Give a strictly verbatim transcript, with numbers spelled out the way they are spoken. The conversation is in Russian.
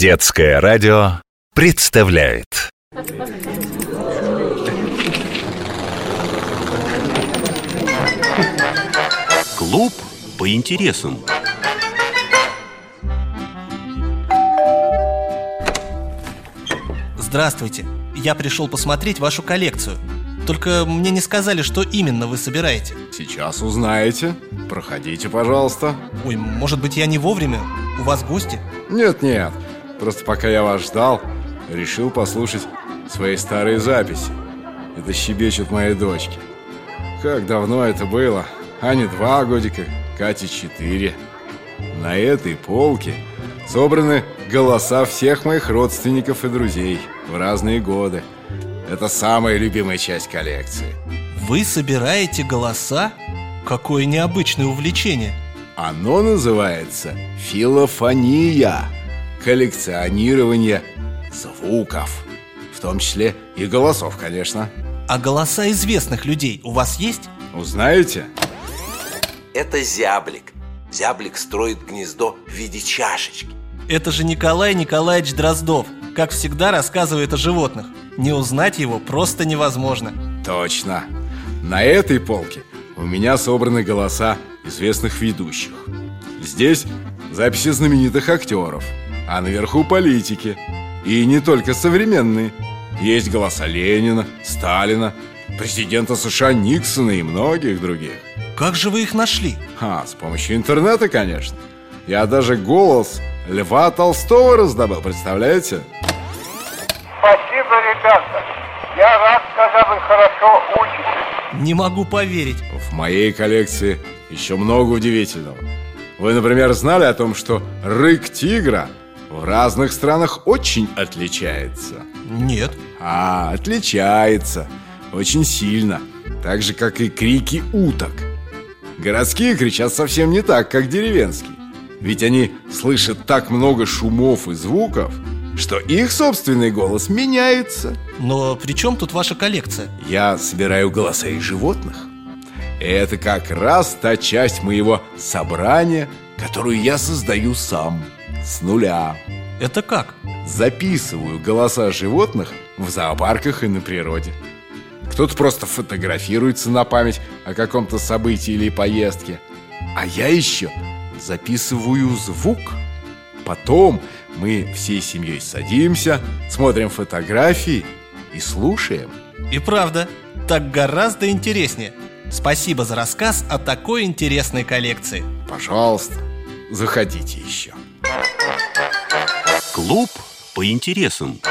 Детское радио представляет. Клуб по интересам. Здравствуйте, я пришел посмотреть вашу коллекцию. Только мне не сказали, что именно вы собираете. Сейчас узнаете. Проходите, пожалуйста. Ой, может быть, я не вовремя? У вас гости? Нет-нет, просто пока я вас ждал, решил послушать свои старые записи. Это щебечут мои дочки. Как давно это было? Ане два годика, Кате четыре. На этой полке собраны голоса всех моих родственников и друзей в разные годы. Это самая любимая часть коллекции. Вы собираете голоса? Какое необычное увлечение. Оно называется филофония. Коллекционирование звуков. В том числе и голосов, конечно. А голоса известных людей у вас есть? Узнаете? Это зяблик. Зяблик строит гнездо в виде чашечки. Это же Николай Николаевич Дроздов. Как всегда, рассказывает о животных. Не узнать его просто невозможно. Точно. На этой полке у меня собраны голоса известных ведущих. Здесь записи знаменитых актеров, а наверху политики. И не только современные. Есть голоса Ленина, Сталина, президента США Никсона и многих других. Как же вы их нашли? А, с помощью интернета, конечно. Я даже голос Льва Толстого раздобыл, представляете? Спасибо, ребята. Я рад, когда вы хорошо учитесь. Не могу поверить. В моей коллекции еще много удивительного. Вы, например, знали о том, что рык тигра в разных странах очень отличается? Нет. А, отличается. Очень сильно. Так же, как и крики уток. Городские кричат совсем не так, как деревенские. Ведь они слышат так много шумов и звуков, что их собственный голос меняется. Но при чем тут ваша коллекция? Я собираю голоса из животных. Это как раз та часть моего собрания, которую я создаю сам, с нуля. Это как? Записываю голоса животных в зоопарках и на природе. Кто-то просто фотографируется на память о каком-то событии или поездке. А я еще записываю звук. Потом мы всей семьей садимся, смотрим фотографии и слушаем. И правда, так гораздо интереснее. Спасибо за рассказ о такой интересной коллекции. Пожалуйста, заходите еще. Клуб по интересам.